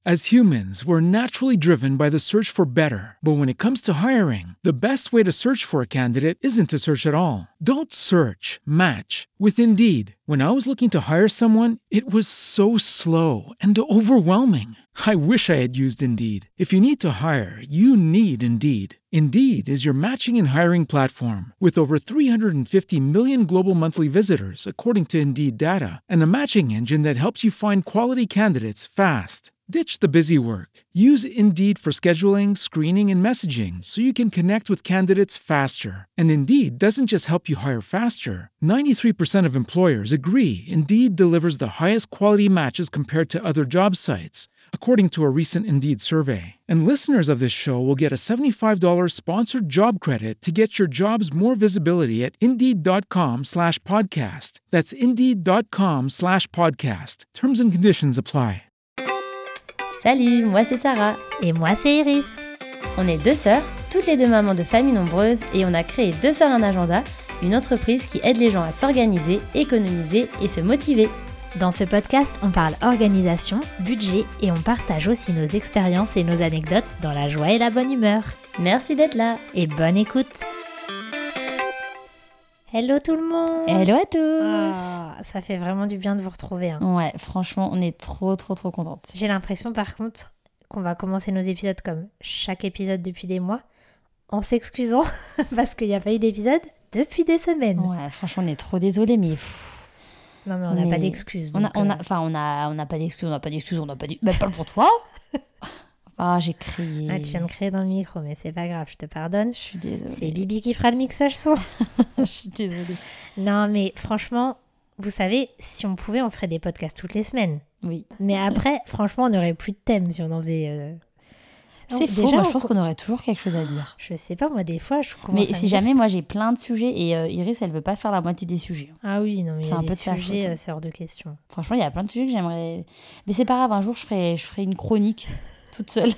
As humans, we're naturally driven by the search for better. But when it comes to hiring, the best way to search for a candidate isn't to search at all. Don't search, match with Indeed. When I was looking to hire someone, it was so slow and overwhelming. I wish I had used Indeed. If you need to hire, you need Indeed. Indeed is your matching and hiring platform with over 350 million global monthly visitors, according to Indeed data, and a matching engine that helps you find quality candidates fast. Ditch the busy work. Use Indeed for scheduling, screening, and messaging so you can connect with candidates faster. And Indeed doesn't just help you hire faster. 93% of employers agree Indeed delivers the highest quality matches compared to other job sites, according to a recent Indeed survey. And listeners of this show will get a $75 sponsored job credit to get your jobs more visibility at Indeed.com/podcast. That's Indeed.com/podcast. Terms and conditions apply. Salut, moi c'est Sarah. Et moi c'est Iris. On est deux sœurs, toutes les deux mamans de familles nombreuses, et on a créé Deux Sœurs un agenda, une entreprise qui aide les gens à s'organiser, économiser et se motiver. Dans ce podcast, on parle organisation, budget et on partage aussi nos expériences et nos anecdotes dans la joie et la bonne humeur. Merci d'être là et bonne écoute. Hello tout le monde. Hello à tous. Ça fait vraiment du bien de vous retrouver. Ouais, franchement, on est trop contentes. J'ai l'impression par contre qu'on va commencer nos épisodes comme chaque épisode depuis des mois, en s'excusant parce qu'il n'y a pas eu d'épisode depuis des semaines. Ouais, franchement, on est trop désolés, mais... Non mais on n'a pas d'excuses. On n'a pas d'excuses, mais pas pour toi. Ah, j'ai crié. Ah, tu viens de crier dans le micro, mais c'est pas grave, je te pardonne. Je suis désolée. C'est Bibi qui fera le mixage son. Je suis désolée. Non, mais franchement, vous savez, si on pouvait, on ferait des podcasts toutes les semaines. Oui. Mais après, franchement, on n'aurait plus de thème si on en faisait... C'est faux, déjà, moi je pense qu'on aurait toujours quelque chose à dire. Je sais pas, moi des fois je commence Mais si jamais, moi j'ai plein de sujets et Iris elle veut pas faire la moitié des sujets. Ah oui, non mais il y a des sujets, c'est hors de question. Franchement, il y a plein de sujets que j'aimerais... Mais c'est pas grave, un jour je ferai une chronique toute seule.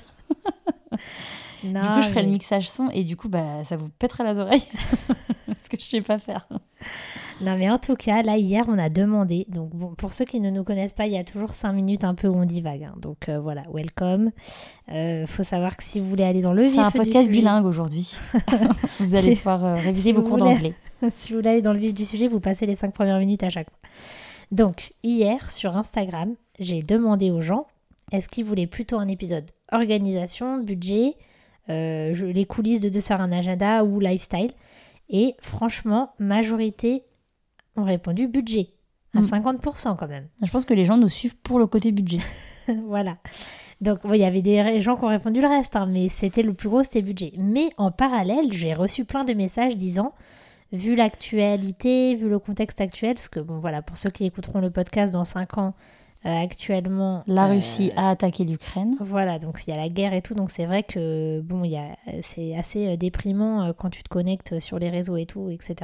Non, du coup je ferai le mixage son et du coup ça vous pètera les oreilles. Parce que je sais pas faire. Non mais en tout cas, là hier on a demandé, donc bon, pour ceux qui ne nous connaissent pas, il y a toujours 5 minutes un peu où on divague, donc voilà, welcome. Faut savoir que si vous voulez aller dans le vif du sujet... C'est un podcast bilingue aujourd'hui. Vous allez pouvoir réviser vos cours d'anglais. Si vous voulez aller dans le vif du sujet, vous passez les 5 premières minutes à chaque fois. Donc hier sur Instagram, j'ai demandé aux gens, est-ce qu'ils voulaient plutôt un épisode organisation, budget, les coulisses de Deux Sœurs un agenda ou lifestyle. Et franchement, majorité ont répondu budget, à 50% quand même. Je pense que les gens nous suivent pour le côté budget. Voilà. Donc, il y avait des gens qui ont répondu le reste, mais c'était le plus gros, c'était budget. Mais en parallèle, j'ai reçu plein de messages disant, vu l'actualité, vu le contexte actuel, parce que bon, voilà, pour ceux qui écouteront le podcast dans 5 ans, actuellement... La Russie a attaqué l'Ukraine. Voilà, donc il y a la guerre et tout, donc c'est vrai que bon, c'est assez déprimant quand tu te connectes sur les réseaux et tout, etc.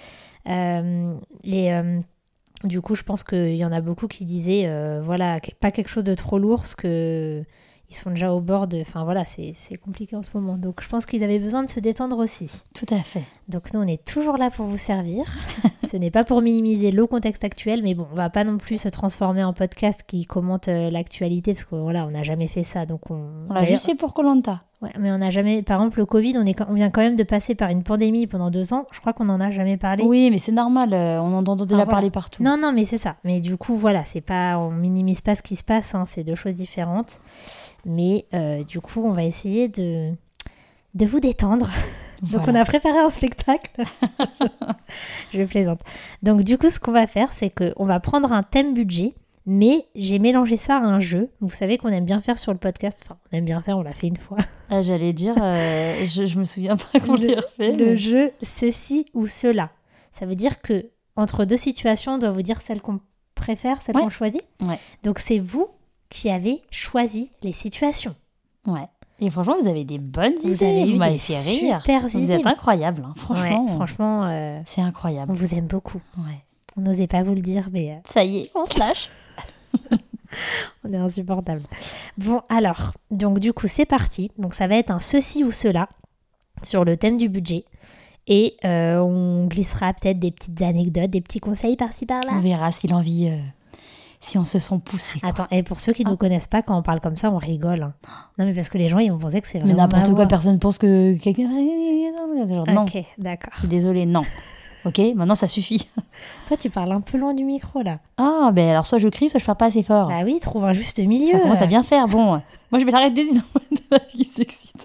Du coup, je pense qu'il y en a beaucoup qui disaient, voilà, pas quelque chose de trop lourd, parce que ils sont déjà au bord de... Enfin voilà, c'est compliqué en ce moment. Donc je pense qu'ils avaient besoin de se détendre aussi. Tout à fait. Donc nous, on est toujours là pour vous servir. Ce n'est pas pour minimiser le contexte actuel, mais bon, on va pas non plus se transformer en podcast qui commente l'actualité, parce que voilà, on n'a jamais fait ça. Donc on l'a juste fait pour Koh-Lanta. Ouais, mais on n'a jamais... Par exemple, le Covid, on vient quand même de passer par une pandémie pendant 2 ans. Je crois qu'on n'en a jamais parlé. Oui, mais c'est normal. On entend déjà parler partout. Non, mais c'est ça. Mais du coup, voilà, c'est pas... On minimise pas ce qui se passe. C'est 2 choses différentes. Mais du coup, on va essayer de vous détendre. Donc, on a préparé un spectacle. Je plaisante. Donc, du coup, ce qu'on va faire, c'est qu'on va prendre un thème budget. Mais j'ai mélangé ça à un jeu. Vous savez qu'on aime bien faire sur le podcast. Enfin, on aime bien faire, on l'a fait une fois. Ah, j'allais dire, je me souviens pas qu'on l'ait refait. Le jeu ceci ou cela. Ça veut dire que entre 2 situations, on doit vous dire celle qu'on préfère, celle qu'on choisit. Ouais. Donc, c'est vous qui avez choisi les situations. Ouais. Et franchement, vous avez des bonnes idées. Vous m'avez fait rire. Super idées. Vous êtes incroyable, hein. Franchement. Ouais, franchement, c'est incroyable. On vous aime beaucoup. Ouais. On n'osait pas vous le dire, mais... Ça y est, on se lâche. On est insupportable. Bon, alors, donc du coup, c'est parti. Donc, ça va être un ceci ou cela sur le thème du budget. Et on glissera peut-être des petites anecdotes, des petits conseils par-ci, par-là. On verra si l'envie si on se sent poussé. Attends, et pour ceux qui ne nous connaissent pas, quand on parle comme ça, on rigole. Hein. Non, mais parce que les gens, ils vont penser que c'est Mais vraiment n'importe ma quoi, voix. personne pense que quelqu'un... Genre, non, Ok, d'accord. je suis désolée, non. Ok, maintenant ça suffit. Toi, tu parles un peu loin du micro, là. Ah, ben alors soit je crie, soit je parle pas assez fort. Bah oui, trouve un juste milieu. Ça commence à bien faire, bon. Moi je vais l'arrêter sinon la vie s'excite.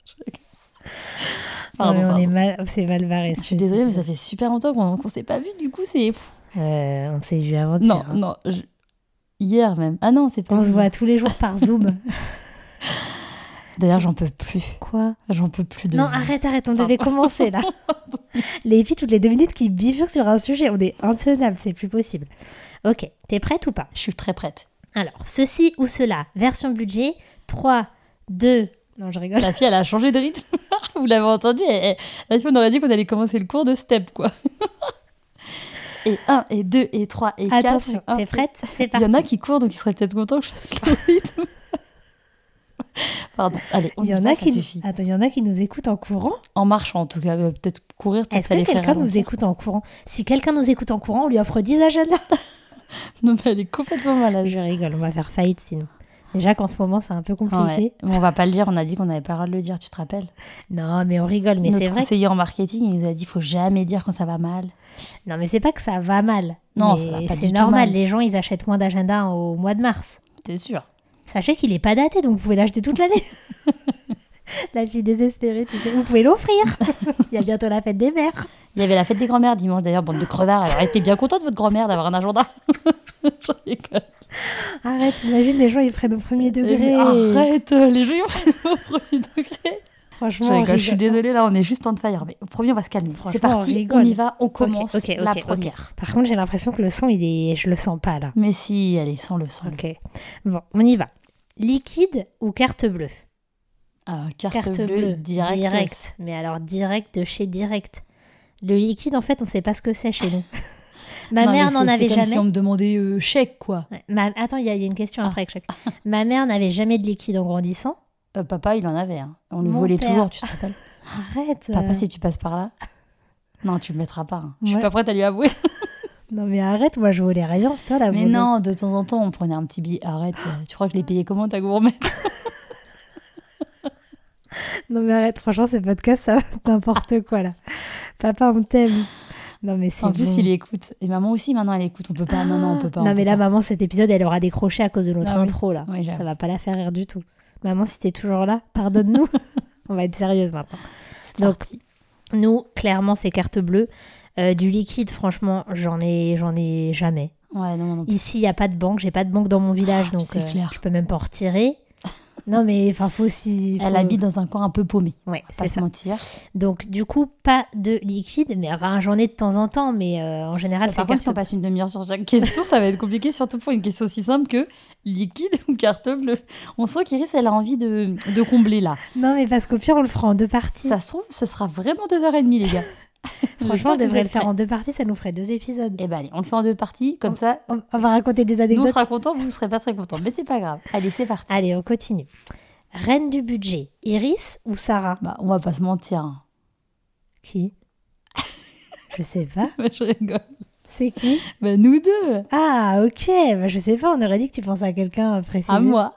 Non, mais Pardon. c'est mal barré. Je suis désolée, mais ça fait super longtemps qu'on s'est pas vu, du coup c'est fou. On s'est vu avant-hier. Non, hein. non, hier même. Ah non, c'est pas On se hier. voit tous les jours par Zoom. D'ailleurs, j'en peux plus. Quoi? J'en peux plus de Non, Zoom. arrête, on devait commencer là. Les filles, toutes les 2 minutes qui bifurquent sur un sujet, on est intenable, c'est plus possible. Ok, t'es prête ou pas? Je suis très prête. Alors, ceci ou cela, version budget, 3, 2... Non, je rigole. La fille, elle a changé de rythme. Vous l'avez entendu, la fille, on aurait dit qu'on allait commencer le cours de step, quoi. Et 1, et 2, et 3, et 4. Attention, t'es prête? C'est Il parti. y en a qui courent, donc ils seraient peut-être contents que je fasse le rythme. Pardon, allez, on Il y en va, a ça qui... suffit. Attends, il y en a qui nous écoutent en courant. En marchant, en tout cas, peut-être courir, peut-être Est-ce ça que les ferait quelqu'un nous ralentir. écoute en courant? Si quelqu'un nous écoute en courant, on lui offre 10 agendas. Non, mais elle est complètement malade. Je rigole, on va faire faillite sinon. Déjà qu'en ce moment, c'est un peu compliqué. Ouais. Mais on va pas le dire, on a dit qu'on n'avait pas le droit de le dire, tu te rappelles? Non, mais on rigole, mais c'est Notre vrai. conseiller en marketing, il nous a dit faut jamais dire quand ça va mal. Non, mais c'est pas que ça va mal. Non, mais ça va pas c'est du tout normal. mal. Les gens, ils achètent moins d'agendas au mois de mars. T'es sûr? Sachez qu'il est pas daté, donc vous pouvez l'acheter toute l'année. La fille désespérée, tu sais. Vous pouvez l'offrir. Il y a bientôt la fête des mères. Il y avait la fête des grand-mères dimanche d'ailleurs, bande de crevards. Alors, elle était bien contente, votre grand-mère, d'avoir un agenda. Je rigole. Arrête, imagine les gens, ils prennent au premier degré. Mais arrête, les gens ils prennent au premier degré. Franchement, Je on rigole, je suis rigole. désolée, là on est juste en fire. Mais au premier, on va se calmer. Franchement, C'est parti, on rigole. on y va, on commence Ok, la ok. première. Par contre, j'ai l'impression que le son, je le sens pas là. Mais si, allez, sans le son. Ok. Bon, on y va. Liquide ou carte bleue? Carte bleue, direct. Mais alors, direct de chez Direct. Le liquide, en fait, on sait pas ce que c'est chez nous. Ma Non, mère mais n'en c'est avait comme jamais. si on me demandait chèque, quoi. Ouais, Attends, il y a une question Ah. après avec chaque. Ma mère n'avait jamais de liquide en grandissant. Papa, il en avait. Hein. On le Mon volait père. toujours, tu te rappelles? Arrête. Papa, si tu passes par là. Non, tu le mettras pas. Hein. Je suis Ouais. pas prête à lui avouer. Non mais arrête, moi je volais rien, c'est toi la Mais voleuse. non, de temps en temps, on prenait un petit billet. Arrête, tu crois que je l'ai payé comment ta gourmette? Non mais arrête, franchement, ces podcasts, ça va n'importe quoi là. Papa, on t'aime. Non mais c'est En plus, bon. il écoute. Et maman aussi, maintenant, elle écoute. On peut pas. Non, on peut pas. Non on mais peut là, pas. maman, cet épisode, elle aura décroché à cause de notre Ah oui. intro là. Oui, j'avoue. Ça va pas la faire rire du tout. Maman, si t'es toujours là, pardonne-nous. On va être sérieuse maintenant. C'est Donc, parti. nous, clairement, c'est carte bleue. Du liquide, franchement, j'en ai jamais. Ouais, non. Ici, il n'y a pas de banque. J'ai pas de banque dans mon village, donc c'est clair. je peux même pas en retirer. Non, mais enfin, faut aussi. Elle habite dans un coin un peu paumé. Ouais, Pas c'est se ça. mentir. Donc, du coup, pas de liquide, mais enfin, j'en ai de temps en temps, mais en général, c'est Par contre, carte si on passe une demi-heure sur chaque question, ça va être compliqué, surtout pour une question aussi simple que liquide ou carte bleue. On sent qu'Iris, elle a envie de combler là. Non, mais parce qu'au pire, on le fera en 2 parties. Ça se trouve, ce sera vraiment 2h30, les gars. Franchement, on J'espère que vous devrait êtes le faire prêts. en 2 parties, ça nous ferait 2 épisodes. Eh ben allez, on le fait en 2 parties, comme ça, On va raconter des nous on anecdotes. sera contents, vous ne serez pas très contents. Mais c'est pas grave. Allez, c'est parti. Allez, on continue. Reine du budget, Iris ou Sarah? Bah, on va pas se mentir. Hein. Qui? Je sais pas. Je rigole. C'est qui? Bah, nous deux. Ah, ok. Bah, je sais pas, on aurait dit que tu pensais à quelqu'un précis. À moi.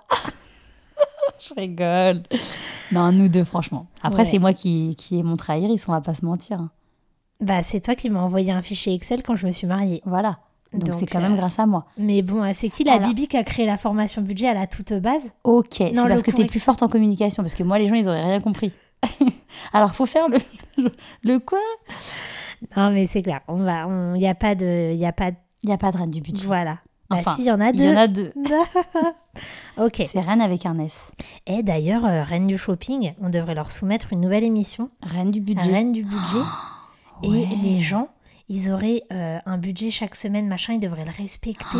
Je rigole. Non, nous deux, franchement. Après, Ouais. c'est moi qui ai montré à Iris, on va pas se mentir. Hein. Bah, c'est toi qui m'as envoyé un fichier Excel quand je me suis mariée. Voilà. Donc, c'est quand euh, même grâce à moi. Mais bon, c'est qui la Alors. Bibi qui a créé la formation budget à la toute base? Ok, c'est Non, parce le que cours t'es plus forte en communication, parce que moi, les gens, ils auraient rien compris. Alors, faut faire le quoi? Non, mais c'est clair. Il n'y a pas de. Il n'y a pas de reine du budget. Voilà. Bah, Enfin, si, il y en a deux. Il y en a deux. Ok. C'est reine avec un S. Et d'ailleurs, Reine du shopping, on devrait leur soumettre une nouvelle émission. Reine du budget. Reine du budget. Ouais. Et les gens, ils auraient un budget chaque semaine, machin, ils devraient le respecter.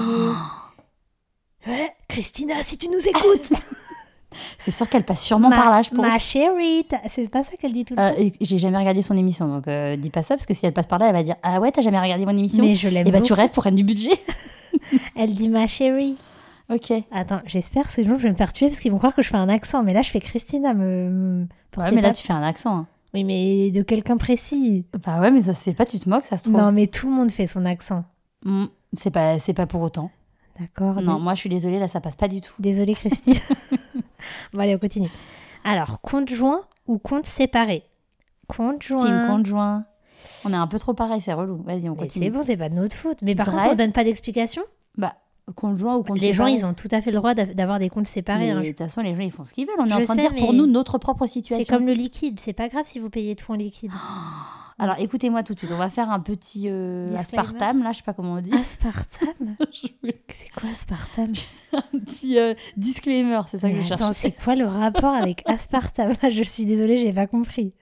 Ouais, Christina, si tu nous écoutes. C'est sûr qu'elle passe sûrement par là, je pense. Ma chérie, c'est pas ça qu'elle dit tout le temps. Et j'ai jamais regardé son émission, donc dis pas ça, parce que si elle passe par là, elle va dire « Ah ouais, t'as jamais regardé mon émission ?» Mais je l'aime Et bah tu beaucoup. rêves pour reine du budget. Elle dit ma chérie. Ok. Attends, j'espère ces jours je vais me faire tuer parce qu'ils vont croire que je fais un accent. Mais là, je fais Christina me Ouais, portez mais là pas- tu fais un accent. Hein. Oui, mais de quelqu'un précis. Bah ouais, mais ça se fait pas, tu te moques, ça se trouve. Non, mais tout le monde fait son accent. C'est pas pour autant. D'accord. Non, moi je suis désolée, là ça passe pas du tout. Désolée, Christine. Bon, allez, on continue. Alors, compte joint ou compte séparé? Compte joint. Team compte joint. On est un peu trop pareil, c'est relou. Vas-y, on Mais continue. c'est bon, c'est pas de notre faute. Mais par Drive. contre, on donne pas d'explication. Bah, compte joint ou compte Les gens, séparé. ils ont tout à fait le droit d'avoir des comptes séparés. Mais hein. de toute façon, les gens ils font ce qu'ils veulent. On est Je en train de sais, dire pour mais nous notre propre situation. C'est comme le liquide. C'est pas grave si vous payez tout en liquide. Alors écoutez-moi tout de suite, on va faire un petit aspartame, là, je sais pas comment on dit. Aspartame. C'est quoi aspartame? Un petit disclaimer, c'est ça que Mais je cherche. attends, c'est quoi le rapport avec aspartame? Je suis désolée, j'ai pas compris.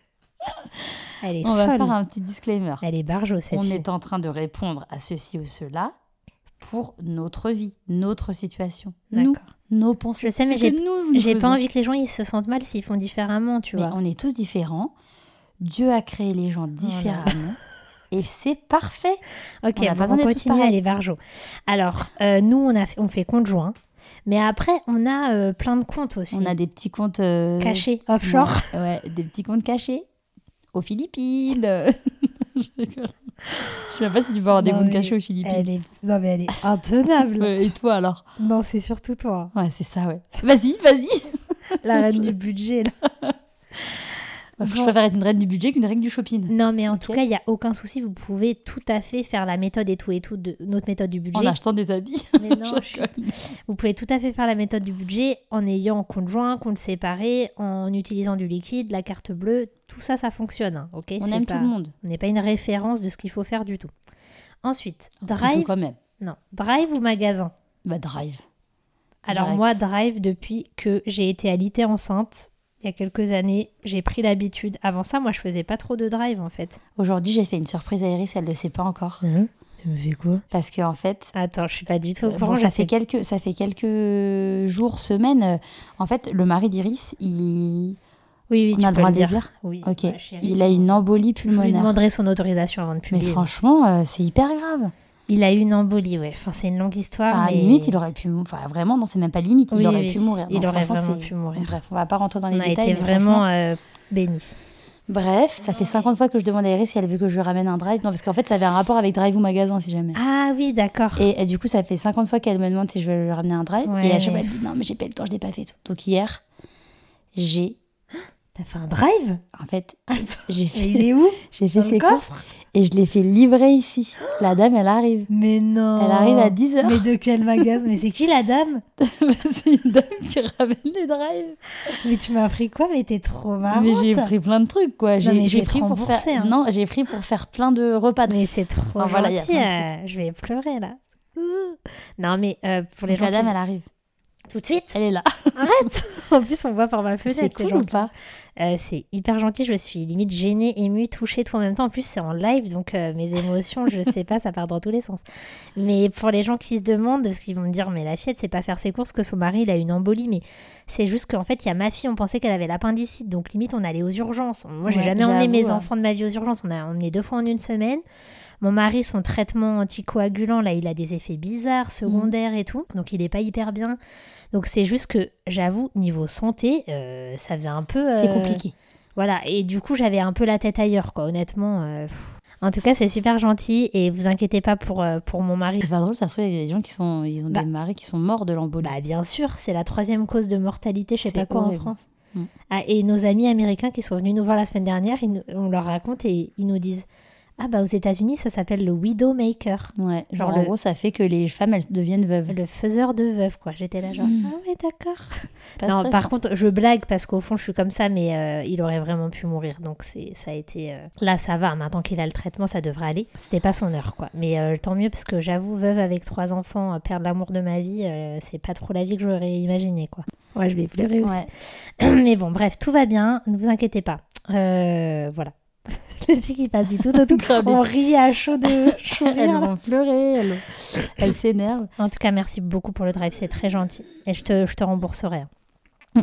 Elle est On folle. va faire un petit disclaimer. Elle est barjo, cette On fille. est en train de répondre à ceci ou cela pour notre vie, notre situation. Nous, D'accord. nos pensées. Je sais, mais Ce que nous j'ai pas faisons. envie que les gens ils se sentent mal s'ils font différemment, tu Mais vois. on est tous différents. Dieu a créé les gens différemment. Et c'est parfait. Ok, on a bon, pas besoin on d'être tous continue, pareils. elle est barjo. Alors, nous, on fait compte joint. Mais après, on a plein de comptes aussi. On a des petits comptes Cachés, offshore. Non, ouais, des petits comptes cachés aux Philippines. Je rigole. Je sais même pas si tu peux avoir des Non, comptes mais cachés aux Philippines. Non, mais elle est intenable. Ouais, et toi alors? Non, c'est surtout toi. Ouais, c'est ça, ouais. Vas-y. La reine du budget, là. Je préfère être une reine du budget qu'une reine du shopping. Non, mais en Ok. tout cas, il n'y a aucun souci. Vous pouvez tout à fait faire la méthode et tout, de notre méthode du budget. En achetant des habits. Mais non, vous pouvez tout à fait faire la méthode du budget en ayant compte joint, compte séparé, en utilisant du liquide, la carte bleue. Tout ça, ça fonctionne. Hein, ok. On aime tout le monde. On n'est pas une référence de ce qu'il faut faire du tout. Ensuite, Un petit peu Drive. quand même. Non, Drive ou magasin? Bah, Drive. Alors Direct. moi, Drive, depuis que j'ai été alitée enceinte, il y a quelques années, j'ai pris l'habitude. Avant ça, moi, je faisais pas trop de Drive, en fait. Aujourd'hui, j'ai fait une surprise à Iris, elle le sait pas encore. Tu me fais quoi? Parce qu'en fait, Attends, je suis pas du tout au bon, courant. ça fait quelques jours, semaines. En fait, le mari d'Iris, Oui, on tu a le peux droit le de le dire. dire. Oui, Ok. ma chérie. Il a une embolie Je lui pulmonaire. demanderai son autorisation avant de Mais publier. franchement, c'est hyper grave. Il a eu une embolie, ouais. Enfin, c'est une longue histoire. À la mais... limite, il aurait pu... Enfin, vraiment, non, c'est même pas limite. Il Oui, aurait oui, pu mourir. il Donc, aurait franchement, vraiment c'est- pu mourir. Bref, on va pas rentrer dans les On a détails. été mais vraiment franchement- bénis. Bref, ça fait 50 fois que je demande à Iris si elle veut que je lui ramène un Drive. Non, parce qu'en fait, ça avait un rapport avec Drive ou magasin, si jamais. Ah oui, d'accord. Et du coup, ça fait 50 fois qu'elle me demande si je vais lui ramener un Drive. Ouais, Et à chaque fois, mais- elle dit non, mais j'ai pas eu le temps, je l'ai pas fait. Tout. Donc hier, j'ai... T'as fait un Drive? En fait, Attends, j'ai mais fait, il est où? j'ai fait Dans le ses courses et je l'ai fait livrer ici. La dame, elle arrive. Mais non. Elle arrive à 10h. Mais de quel magasin? Mais c'est qui la dame? C'est une dame qui ramène les Drives. Mais tu m'as appris quoi? Mais t'es trop marrante. Mais j'ai pris plein de trucs, quoi. mais je J'ai vais te pris pour rembourser, faire... hein. Non, j'ai pris pour faire plein de repas. Mais c'est trop Enfin, voilà, il y a gentil. plein de Je vais pleurer là. Non mais pour les Donc gens la dame, qui... elle arrive. Tout de suite. Elle est là. Arrête. En plus on voit par ma C'est fenêtre les cool gens. ou pas? C'est hyper gentil. Je suis limite gênée, émue, touchée tout en même temps. En plus c'est en live donc mes émotions, je sais pas, ça part dans tous les sens. Mais pour les gens qui se demandent, parce qu'ils vont me dire mais la fille elle sait pas faire ses courses, que son mari il a une embolie, mais c'est juste qu'en fait il y a ma fille, on pensait qu'elle avait l'appendicite, donc limite on allait aux urgences. Moi j'ai Ouais, jamais emmené j'avoue, mes ouais. enfants de ma vie aux urgences. On a emmené 2 fois en une semaine. Mon mari, son traitement anticoagulant, là, il a des effets bizarres, secondaires et tout. Donc, il est pas hyper bien. Donc, c'est juste que, j'avoue, niveau santé, ça faisait un peu... C'est compliqué. Voilà. Et du coup, j'avais un peu la tête ailleurs, quoi. Honnêtement. En tout cas, c'est super gentil. Et vous inquiétez pas pour mon mari. C'est pas drôle, ça se trouve, il y a des gens qui sont... Ils ont Bah. des maris qui sont morts de l'embolie. Bah, bien sûr, c'est la 3e cause de mortalité, je sais C'est pas quoi, horrible. en France. Mm. Ah, et nos amis américains qui sont venus nous voir la semaine dernière, on leur raconte et ils nous disent... Ah bah aux États-Unis ça s'appelle le widowmaker, Ouais, genre Genre en le- gros, ça fait que les femmes, elles deviennent veuves. le faiseur de veuve quoi. J'étais là genre ah ouais d'accord. Pas Non stressant. par contre je blague parce qu'au fond je suis comme ça mais il aurait vraiment pu mourir donc ça a été là ça va maintenant qu'il a le traitement ça devrait aller. C'était pas son heure quoi mais tant mieux parce que j'avoue veuve avec 3 enfants perdre l'amour de ma vie c'est pas trop la vie que j'aurais imaginé quoi. Ouais je vais pleurer aussi. Ouais. Mais bon bref tout va bien ne vous inquiétez pas voilà. Les filles qui passent du tout au tout. Grave. On rit à chaud de chaud Elles rire, là. vont pleurer, elles s'énervent. En tout cas, merci beaucoup pour le drive, c'est très gentil. Et je te rembourserai. hein.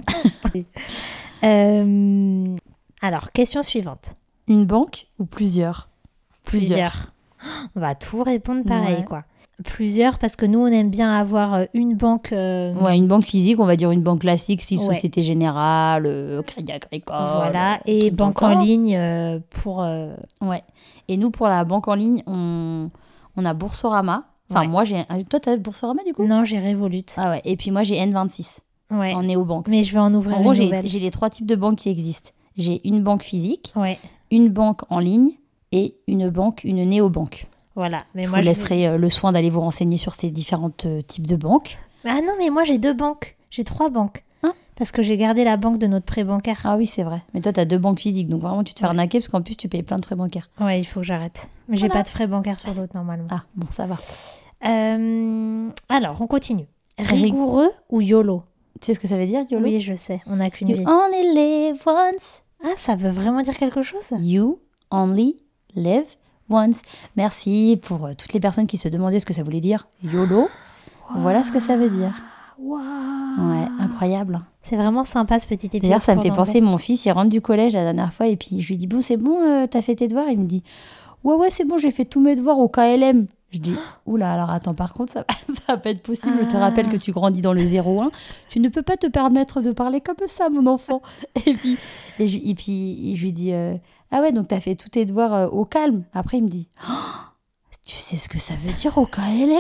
Alors, question suivante. Une banque ou plusieurs? Plusieurs. On va tout répondre pareil, Ouais. quoi. Plusieurs, parce que nous, on aime bien avoir une banque... Ouais, une banque physique, on va dire une banque classique, style Ouais. Société Générale, Crédit Agricole. Voilà, et tout banque le en temps. ligne pour... Ouais. Et nous, pour la banque en ligne, on a Boursorama Enfin, Ouais. moi, toi, t'as Boursorama, du coup? Non, j'ai Revolut. Ah ouais, et puis moi, j'ai N26 Ouais. en néobanque. Mais je vais en ouvrir En gros, une j'ai nouvelle. les 3 types de banques qui existent. J'ai une banque physique, Ouais, une banque en ligne et une néobanque. voilà. Mais Je moi, vous laisserai le soin d'aller vous renseigner sur ces différents types de banques. Ah non, mais moi, j'ai 2 banques. J'ai 3 banques. Hein Parce que j'ai gardé la banque de notre prêt bancaire. Ah oui, c'est vrai. Mais toi, tu as 2 banques physiques, donc vraiment, tu te fais Ouais. arnaquer parce qu'en plus, tu payes plein de frais bancaires. Ouais, il faut que j'arrête. Mais j'ai Voilà. pas de frais bancaires sur l'autre, normalement. Ah, bon, ça va. Alors, on continue. Rigoureux ou YOLO? Tu sais ce que ça veut dire, YOLO? Oui, je sais. On n'a qu'une You vie. only live once. Ah, ça veut vraiment dire quelque chose? You only live once. Merci pour toutes les personnes qui se demandaient ce que ça voulait dire. YOLO. Voilà ce que ça veut dire. Waouh. Ouais, incroyable. C'est vraiment sympa ce petit épisode. D'ailleurs, ça me pour fait l'anglais. penser, mon fils, il rentre du collège la dernière fois et puis je lui dis, bon, c'est bon, t'as fait tes devoirs? Il me dit, ouais, c'est bon, j'ai fait tous mes devoirs au KLM. Je dis, oula, alors attends, par contre, ça va pas être possible. Je te rappelle que tu grandis dans le 01. Tu ne peux pas te permettre de parler comme ça, mon enfant. Et puis je lui dis, ah ouais, donc t'as fait tous tes devoirs au calme. Après, il me dit, oh, tu sais ce que ça veut dire au KLM?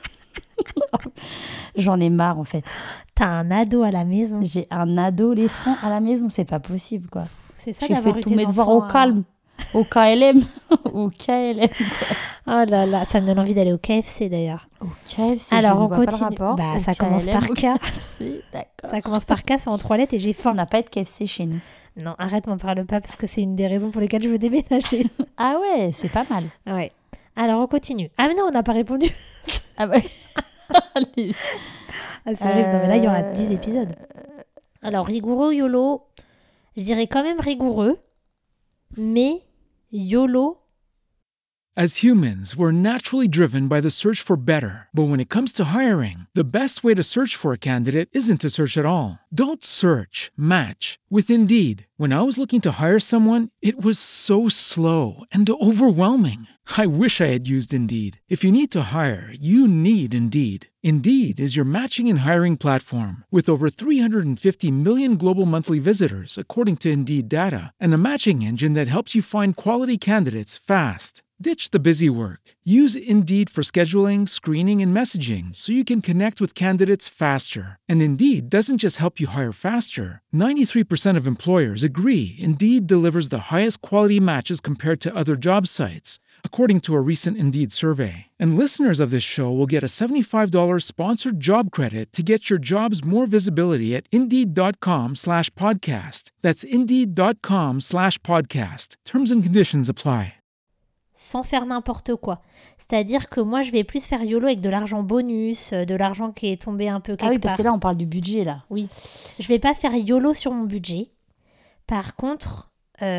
J'en ai marre, en fait. T'as un ado à la maison. J'ai un adolescent à la maison, c'est pas possible, quoi. C'est ça J'ai d'avoir fait eu tous tes mes devoirs enfants au calme. Au KLM. Au KLM. Oh là là, ça me donne envie d'aller au KFC d'ailleurs. Au KFC, Alors, je ne on vois pas le continue. rapport. Bah, Au ça commence KLM, par au K. KFC, d'accord. Ça commence par K, c'est en 3 lettres et j'ai On faim. n'a pas de KFC chez nous. Non, arrête, m'en parle pas parce que c'est une des raisons pour lesquelles je veux déménager. Ah ouais, c'est pas mal. Ouais. Alors, on continue. Ah mais non, on n'a pas répondu. Ah ouais. Allez. Ah, c'est horrible. Non, mais là, il y aura 10 épisodes. Alors, rigoureux ou YOLO? Je dirais quand même rigoureux, mais YOLO. As humans, we're naturally driven by the search for better. But when it comes to hiring, the best way to search for a candidate isn't to search at all. Don't search, match with Indeed. When I was looking to hire someone, it was so slow and overwhelming. I wish I had used Indeed. If you need to hire, you need Indeed. Indeed is your matching and hiring platform with over 350 million global monthly visitors, according to Indeed data, and a matching engine that helps you find quality candidates fast. Ditch the busy work. Use Indeed for scheduling, screening, and messaging so you can connect with candidates faster. And Indeed doesn't just help you hire faster. 93% of employers agree Indeed delivers the highest quality matches compared to other job sites, according to a recent Indeed survey. And listeners of this show will get a $75 sponsored job credit to get your jobs more visibility at Indeed.com/podcast. That's Indeed.com/podcast. Terms and conditions apply. Sans faire n'importe quoi. C'est-à-dire que moi, je vais plus faire YOLO avec de l'argent bonus, de l'argent qui est tombé un peu quelque Ah oui, parce part. que là, on parle du budget, là. Oui. Je vais pas faire YOLO sur mon budget. Par contre,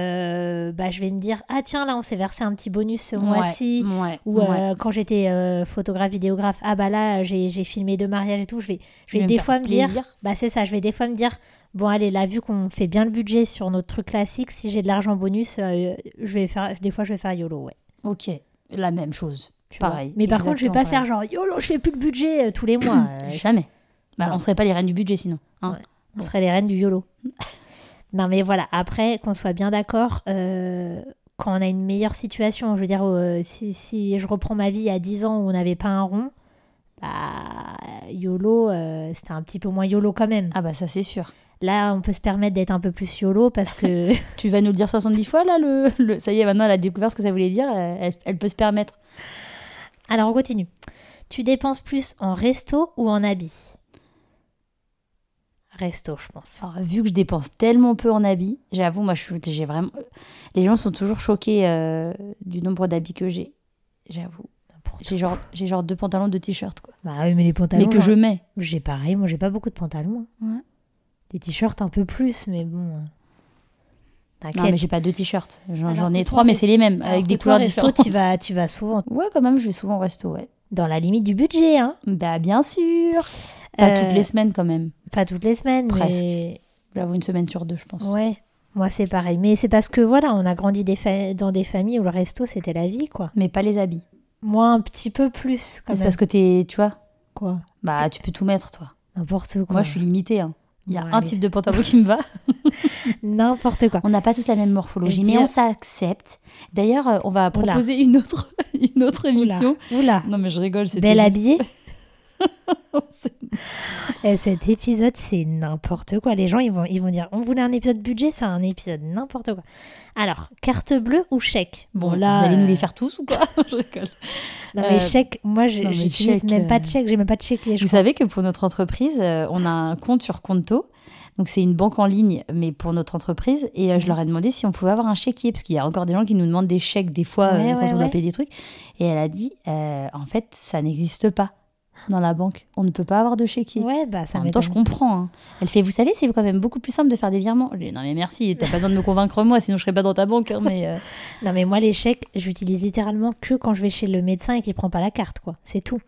je vais me dire, ah tiens, là, on s'est versé un petit bonus ce mois-ci. Ouais, Ou ouais. quand j'étais photographe, vidéographe, ah bah là, j'ai filmé 2 mariages et tout. Je vais vais des me fois faire me dire, plaisir. bah c'est ça, je vais des fois me dire, bon allez, là, vu qu'on fait bien le budget sur notre truc classique, si j'ai de l'argent bonus, des fois je vais faire YOLO, ouais. Ok, la même chose. Tu vois. Pareil. Mais par contre, je vais pas exactement faire genre YOLO, je fais plus le budget tous les mois. Jamais. Bah, Non. on serait pas les reines du budget sinon. Hein. Ouais. On serait les reines du YOLO. Non, mais voilà, après, qu'on soit bien d'accord, quand on a une meilleure situation, je veux dire, si je reprends ma vie à 10 ans où on n'avait pas un rond, bah, YOLO, c'était un petit peu moins YOLO quand même. Ah bah ça, c'est sûr. Là, on peut se permettre d'être un peu plus YOLO parce que... Tu vas nous le dire 70 fois, là ça y est, maintenant, elle a découvert ce que ça voulait dire. Elle peut se permettre. Alors, on continue. Tu dépenses plus en resto ou en habits? Resto, je pense. Alors, vu que je dépense tellement peu en habits, j'avoue, moi, j'ai vraiment... Les gens sont toujours choqués du nombre d'habits que j'ai. J'avoue. J'ai genre 2 pantalons, 2 t-shirts, quoi. Bah oui, mais les pantalons... Mais que je mets. J'ai pareil, moi j'ai pas beaucoup de pantalons. Hein. Ouais. Des t-shirts un peu plus, mais bon... T'inquiète. Non, mais j'ai pas 2 t-shirts. J'en Alors ai que 3, toi, mais c'est les mêmes, Alors avec que des toi, couleurs resto, différentes. tu vas souvent Ouais, quand même, je vais souvent au resto, ouais. dans la limite du budget, hein. Bah, bien sûr. Pas toutes les semaines, quand même. Pas toutes les semaines, Presque. mais... J'avoue, une semaine sur 2, je pense. Ouais, moi c'est pareil. Mais c'est parce que, voilà, on a grandi dans des familles où le resto, c'était la vie, quoi. Mais pas les habits. Moi, un petit peu plus, quand C'est même. parce que tu vois, Quoi? bah, tu peux tout mettre, toi. N'importe quoi. Moi, je suis limitée, hein. Il y a Bon, un allez. type de pantalon qui me va. N'importe quoi. On n'a pas tous la même morphologie, mais Dire- on s'accepte. D'ailleurs, on va proposer une autre émission. Oula. Non, mais je rigole. C'était Belle juste- habillée. C'est- Et cet épisode, c'est n'importe quoi. Les gens, ils vont dire, on voulait un épisode budget, c'est un épisode n'importe quoi. Alors, carte bleue ou chèque? Bon, là, vous allez nous les faire tous ou quoi? Je rigole. Non, mais chèque, moi, non, mais j'utilise chèque, même pas de chèque. J'ai même pas de chèque. Vous savez que pour notre entreprise, on a un compte sur Conto. Donc, c'est une banque en ligne, mais pour notre entreprise. Et je leur ai demandé si on pouvait avoir un chéquier, parce qu'il y a encore des gens qui nous demandent des chèques, des fois, quand on doit payer des trucs. Et elle a dit, en fait, ça n'existe pas dans la banque. On ne peut pas avoir de chéquier. Ouais, bah ça En même temps, m'étonne. je comprends. Hein. Elle fait, vous savez, c'est quand même beaucoup plus simple de faire des virements. Je dis, non, mais merci, t'as pas besoin de me convaincre moi, sinon je serais pas dans ta banque. Hein, mais Non, mais moi, les chèques, j'utilise littéralement que quand je vais chez le médecin et qu'il prend pas la carte, quoi. C'est tout.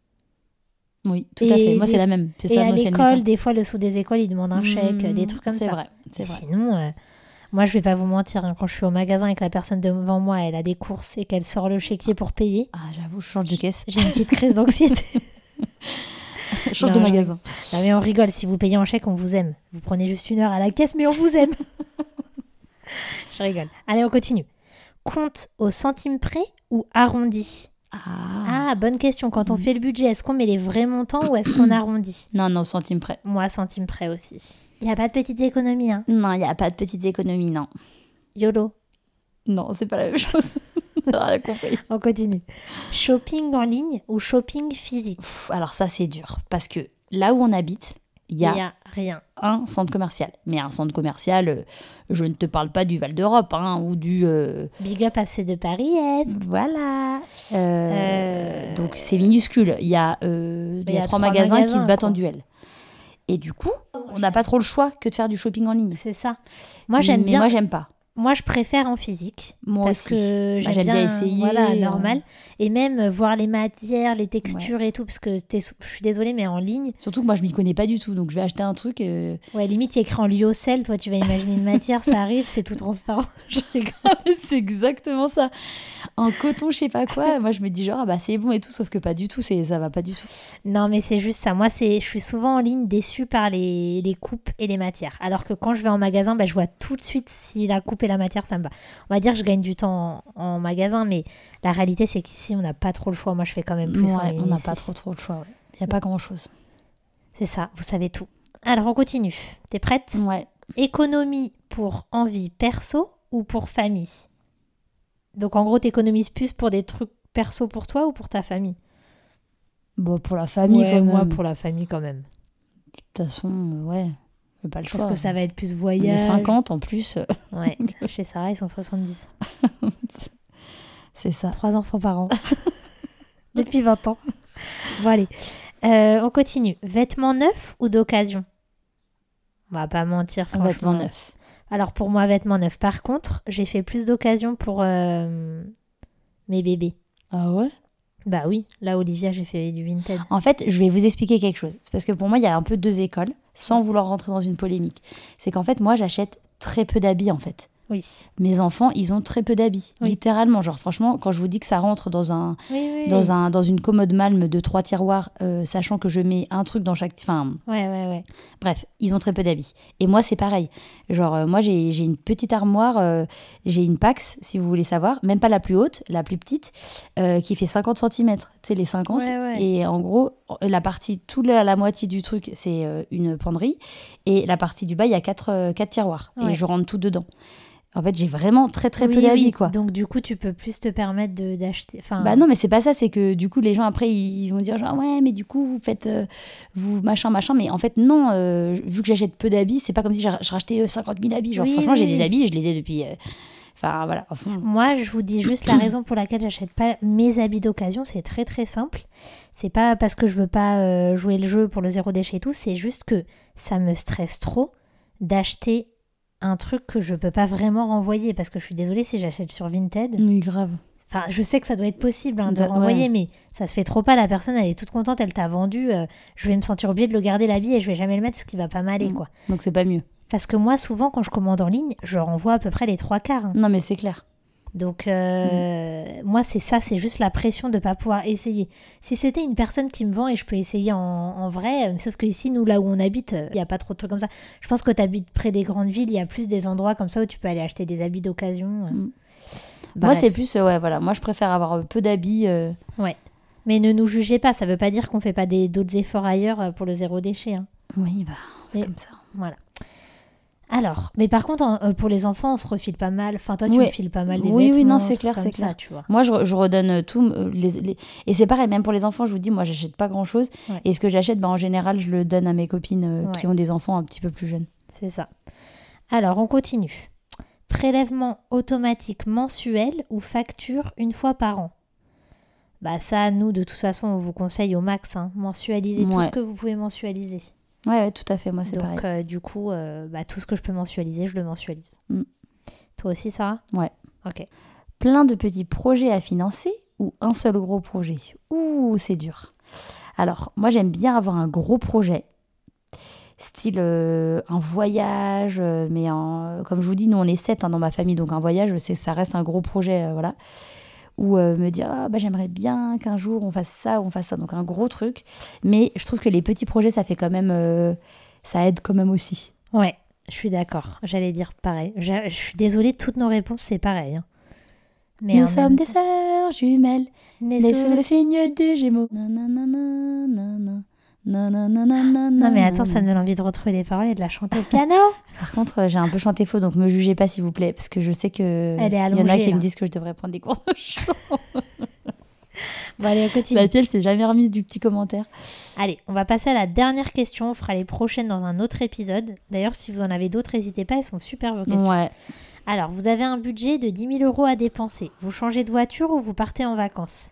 oui, tout à fait. Moi, c'est la même. C'est Et ça, à moi, c'est le l'école, médecin. des fois, le sous des écoles, ils demandent un chèque, des trucs comme ça. C'est vrai. C'est Et vrai. sinon, moi, je vais pas vous mentir, hein, quand je suis au magasin et que la personne devant moi, elle a des courses et qu'elle sort le chéquier pour payer, Ah, j'avoue, je change de caisse. j'ai une petite crise d'anxiété. Je change Non, de magasin. Non, mais on rigole, si vous payez en chèque, on vous aime. Vous prenez juste 1 heure à la caisse, mais on vous aime. Je rigole. Allez, on continue. Compte au centime près ou arrondi? Ah, bonne question. Quand on fait le budget, est-ce qu'on met les vrais montants ou est-ce qu'on arrondit? Non, non, centime près. Moi, centime près aussi. Il n'y a pas de petites économies, hein. Non, il n'y a pas de petites économies, non. YOLO. Non, c'est pas la même chose. Rien compris. On continue. Shopping en ligne ou shopping physique? Alors ça, c'est dur. Parce que là où on habite, il y Il a n'y a rien. un centre commercial. Mais un centre commercial, je ne te parle pas du Val d'Europe hein, ou du... Big up à ceux de Paris-Est. Voilà. Donc c'est minuscule. Il y a, il y a 3 magasins qui se battent quoi. en duel. Et du coup, on n'a pas trop le choix que de faire du shopping en ligne. C'est ça. Moi, j'aime Mais bien. moi, j'aime pas. Moi, je préfère en physique. Moi parce aussi. que Bah, j'aime bien essayer, Voilà, normal. Et même voir les matières, les textures et tout. Parce que je suis désolée, mais en ligne, Surtout que moi, je m'y connais pas du tout. Donc, je vais acheter un truc... ouais, limite, il y a écrit en lyocell. Toi, tu vas imaginer une matière, ça arrive, c'est tout transparent. Je rigole. c'est exactement ça. En coton, je sais pas quoi. Moi, je me dis genre, ah bah c'est bon et tout. Sauf que pas du tout. Ça va pas du tout. Non, mais c'est juste ça. Moi, je suis souvent en ligne déçue par les coupes et les matières. Alors que quand je vais en magasin, bah, je vois tout de suite si la coupe et la matière, ça me va. On va dire que je gagne du temps en magasin, mais la réalité, c'est qu'ici, on n'a pas trop le choix. Moi, je fais quand même plus en Ouais, ligne on n'a ici. pas trop le choix. Il y a pas grand-chose. C'est ça, vous savez tout. Alors, on continue. T'es prête? Ouais. Économie pour envie perso ou pour famille? Donc, en gros, t'économises plus pour des trucs perso pour toi ou pour ta famille? Bon, pour la famille, Ouais, quand même. moi, pour la famille, quand même. De toute façon, ouais. J'ai pas le choix. Parce que ça va être plus On est voyage. 50 en plus. Ouais, chez Sarah, ils sont 70. C'est ça. 3 enfants par an. Depuis 20 ans. Bon, allez. On continue. Vêtements neufs ou d'occasion? On va pas mentir, franchement. Vêtements neufs. Alors, pour moi, vêtements neufs. Par contre, j'ai fait plus d'occasion pour mes bébés. Ah ouais? Bah oui, là, Olivia, j'ai fait du Vinted. En fait, je vais vous expliquer quelque chose. C'est parce que pour moi, il y a un peu 2 écoles, sans vouloir rentrer dans une polémique. C'est qu'en fait, moi, j'achète très peu d'habits, en fait. Oui. Mes enfants, ils ont très peu d'habits. Oui. Littéralement. Genre, franchement, quand je vous dis que ça rentre dans Oui. dans une commode Malm de 3 tiroirs, sachant que je mets un truc dans chaque... Enfin, Ouais. bref, ils ont très peu d'habits. Et moi, c'est pareil. Genre, moi, j'ai une petite armoire, j'ai une Pax, si vous voulez savoir, même pas la plus haute, la plus petite, qui fait 50 cm. Tu sais, les 50. Ouais. Et en gros, la moitié du truc, c'est une penderie. Et la partie du bas, il y a 4 tiroirs. Ouais. Et je rentre tout dedans. En fait, j'ai vraiment très peu Oui, d'habits, quoi. Donc, du coup, tu peux plus te permettre d'acheter... Enfin, Bah non, mais c'est pas ça, c'est que du coup, les gens après, ils vont dire genre, ouais, mais du coup, vous faites, vous machin. Mais en fait, non, vu que j'achète peu d'habits, c'est pas comme si je rachetais 50 000 habits. Genre, Oui, franchement, j'ai oui. des habits, je les ai depuis. Enfin, voilà. Enfin, Moi, je vous dis juste la raison pour laquelle j'achète pas mes habits d'occasion, c'est très très simple. C'est pas parce que je veux pas jouer le jeu pour le zéro déchet et tout, c'est juste que ça me stresse trop d'acheter un truc que je peux pas vraiment renvoyer parce que je suis désolée si j'achète sur Vinted. oui, grave. Enfin, je sais que ça doit être possible de Ouais. renvoyer, mais ça se fait trop pas. La personne, elle est toute contente, elle t'a vendu. Je vais me sentir obligée de le garder l'habit et je vais jamais le mettre, ce qui va pas m'aller, quoi. Donc, c'est pas mieux. Parce que moi, souvent, quand je commande en ligne, je renvoie à peu près les 3 quarts. Non, mais c'est clair. Donc, moi, c'est juste la pression de ne pas pouvoir essayer. Si c'était une personne qui me vend et je peux essayer en vrai, sauf que ici, nous, là où on habite, il n'y a pas trop de trucs comme ça. Je pense que tu habites près des grandes villes, il y a plus des endroits comme ça où tu peux aller acheter des habits d'occasion. Moi, c'est plus, voilà. Moi, je préfère avoir peu d'habits. Ouais. Mais ne nous jugez pas, ça ne veut pas dire qu'on ne fait pas d'autres efforts ailleurs pour le zéro déchet. Hein. Oui, c'est comme ça. Voilà. Alors, mais par contre, pour les enfants, on se refile pas mal. Enfin, toi, tu me files pas mal des vêtements. Oui, non, c'est clair, c'est clair. Ça, tu vois. Moi, je redonne tout. Et c'est pareil, même pour les enfants, je vous dis, moi, j'achète pas grand-chose. Ouais. Et ce que j'achète, en général, je le donne à mes copines qui ont des enfants un petit peu plus jeunes. C'est ça. Alors, on continue. Prélèvement automatique mensuel ou facture une fois par an? Bah ça, nous, de toute façon, on vous conseille au max. Hein, mensualiser tout ce que vous pouvez mensualiser. Ouais, tout à fait, moi c'est pareil. Donc du coup, tout ce que je peux mensualiser, je le mensualise. Toi aussi, Sarah? Ouais. Ok. Plein de petits projets à financer ou un seul gros projet? Ouh, c'est dur. Alors, moi j'aime bien avoir un gros projet, style un voyage, mais comme je vous dis, nous on est 7 dans ma famille, donc un voyage, ça reste un gros projet, voilà. Ou me dire j'aimerais bien qu'un jour on fasse ça ou on fasse ça, donc un gros truc, mais je trouve que les petits projets ça fait quand même ça aide quand même aussi. Ouais, je suis d'accord, j'allais dire pareil. Je suis désolée, toutes nos réponses c'est pareil, hein. Mais nous sommes des sœurs jumelles nées sous le signe des Gémeaux. Non mais attends, ça me donne envie de retrouver les paroles et de la chanter au piano. Par contre, j'ai un peu chanté faux, donc me jugez pas s'il vous plaît, parce que je sais que il y en a qui me disent que je devrais prendre des cours de chant. Bon allez, on continue. La tienne s'est jamais remise du petit commentaire. Allez, on va passer à la dernière question. On fera les prochaines dans un autre épisode. D'ailleurs, si vous en avez d'autres, n'hésitez pas, elles sont super vos questions. Ouais. Alors, vous avez un budget de 10 000 € à dépenser. Vous changez de voiture ou vous partez en vacances?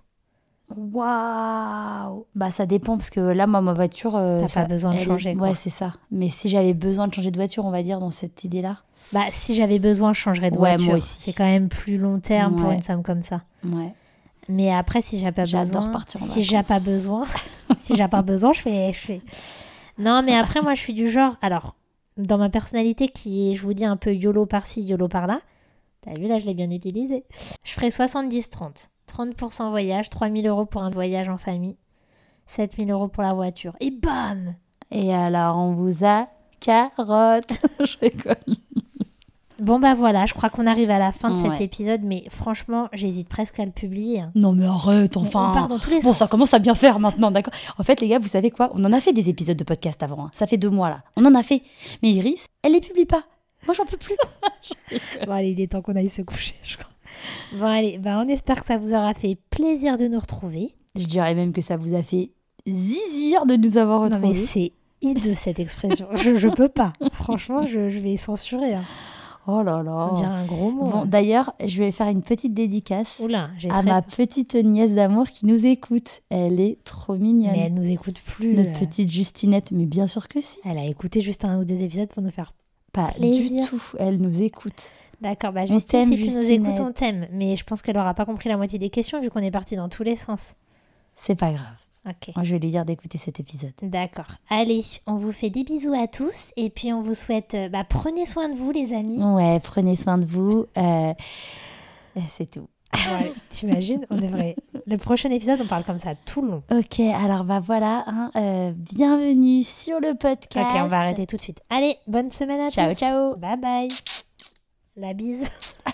Waouh! Bah ça dépend parce que là moi ma voiture t'as pas besoin de changer quoi. Ouais c'est ça, mais si j'avais besoin de changer de voiture on va dire dans cette idée là, bah si j'avais besoin je changerais de voiture. Moi aussi. C'est quand même plus long terme pour une somme comme ça. Mais après si j'ai pas besoin, si j'ai pas besoin je fais non mais après moi je suis du genre, alors dans ma personnalité qui est, je vous dis, un peu YOLO par-ci YOLO par-là, t'as vu là je l'ai bien utilisé, je ferais 70-30. 30% voyage, 3 000 € pour un voyage en famille, 7 000 € pour la voiture. Et bam! Et alors, on vous a carotte. Je rigole. Bon, bah voilà, je crois qu'on arrive à la fin de cet épisode, mais franchement, j'hésite presque à le publier. Hein. Non, mais arrête, enfin. On part dans tous les sens. Ça commence à bien faire maintenant, d'accord? En fait, les gars, vous savez quoi? On en a fait des épisodes de podcast avant. Hein. Ça fait 2 mois, là. On en a fait. Mais Iris, elle les publie pas. Moi, j'en peux plus. Bon, allez, il est temps qu'on aille se coucher, je crois. Bon allez, on espère que ça vous aura fait plaisir de nous retrouver. Je dirais même que ça vous a fait zizir de nous avoir retrouvés. Non mais c'est hideux cette expression. je peux pas. Franchement, je vais censurer. Hein. Oh là là. On dirait un gros mot. Bon, d'ailleurs, je vais faire une petite dédicace à ma petite nièce d'amour qui nous écoute. Elle est trop mignonne. Mais elle nous écoute plus. Notre petite Justinette, mais bien sûr que si. Elle a écouté juste 1 ou 2 épisodes pour nous faire pas plaisir. Du tout. Elle nous écoute. D'accord, bah Justine, si tu nous écoutes, on t'aime. Mais je pense qu'elle n'aura pas compris la moitié des questions vu qu'on est parti dans tous les sens. C'est pas grave. Ok. Moi, je vais lui dire d'écouter cet épisode. D'accord. Allez, on vous fait des bisous à tous. Et puis, on vous souhaite... prenez soin de vous, les amis. Ouais, prenez soin de vous. C'est tout. Ouais, t'imagines, on devrait... Le prochain épisode, on parle comme ça tout le long. Ok, alors voilà. Bienvenue sur le podcast. Ok, on va arrêter tout de suite. Allez, bonne semaine à tous. Ciao, ciao. Bye bye. La bise.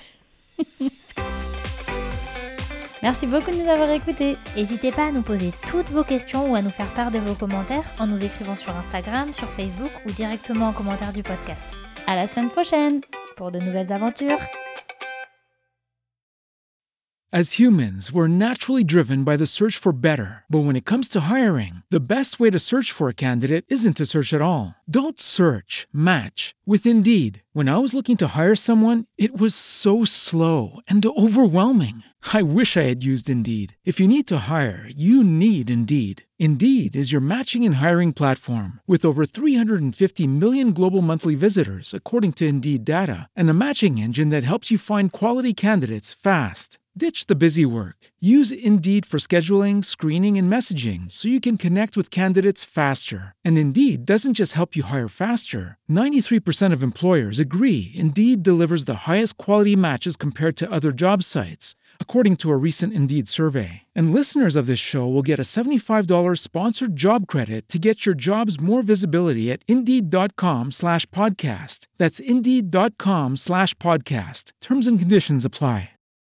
Merci beaucoup de nous avoir écoutés. N'hésitez pas à nous poser toutes vos questions ou à nous faire part de vos commentaires en nous écrivant sur Instagram, sur Facebook ou directement en commentaire du podcast. À la semaine prochaine pour de nouvelles aventures. As humans, we're naturally driven by the search for better. But when it comes to hiring, the best way to search for a candidate isn't to search at all. Don't search, match with Indeed. When I was looking to hire someone, it was so slow and overwhelming. I wish I had used Indeed. If you need to hire, you need Indeed. Indeed is your matching and hiring platform with over 350 million global monthly visitors, according to Indeed data, and a matching engine that helps you find quality candidates fast. Ditch the busy work. Use Indeed for scheduling, screening, and messaging so you can connect with candidates faster. And Indeed doesn't just help you hire faster. 93% of employers agree Indeed delivers the highest quality matches compared to other job sites, according to a recent Indeed survey. And listeners of this show will get a $75 sponsored job credit to get your jobs more visibility at Indeed.com/podcast. That's Indeed.com/podcast. Terms and conditions apply.